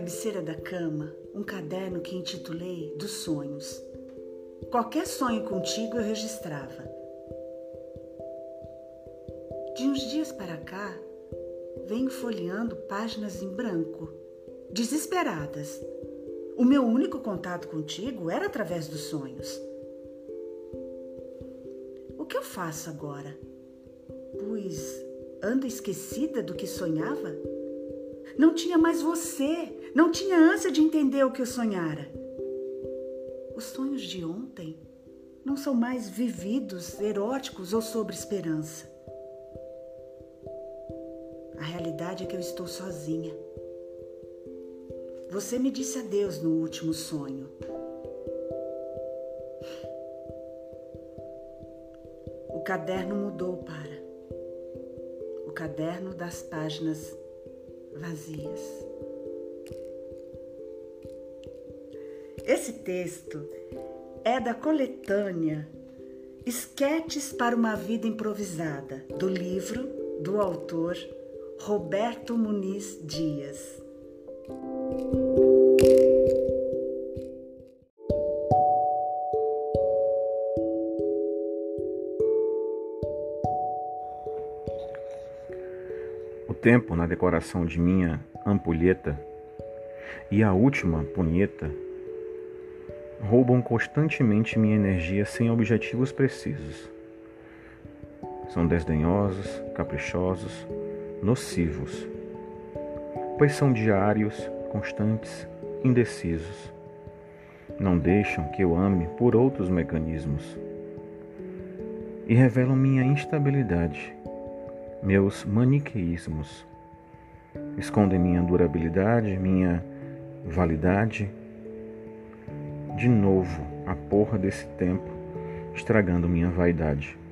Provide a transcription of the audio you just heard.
cabeceira da cama um caderno que intitulei Dos Sonhos. Qualquer sonho contigo eu registrava. De uns dias para cá, venho folheando páginas em branco, desesperadas. O meu único contato contigo era através dos sonhos. O que eu faço agora? Pois ando esquecida do que sonhava? Não tinha mais você, não tinha ânsia de entender o que eu sonhara. Os sonhos de ontem não são mais vividos, eróticos ou sobre esperança. A realidade é que eu estou sozinha. Você me disse adeus no último sonho. O caderno mudou para o caderno das páginas vazias. Esse texto é da coletânea Esquetes para uma Vida Improvisada, do livro do autor Roberto Muniz Dias. O tempo na decoração de minha ampulheta e a última punheta roubam constantemente minha energia sem objetivos precisos. São desdenhosos, caprichosos, nocivos, pois são diários, constantes, indecisos. Não deixam que eu ame por outros mecanismos e revelam minha instabilidade, meus maniqueísmos. Escondem minha durabilidade, minha validade. De novo, a porra desse tempo estragando minha vaidade.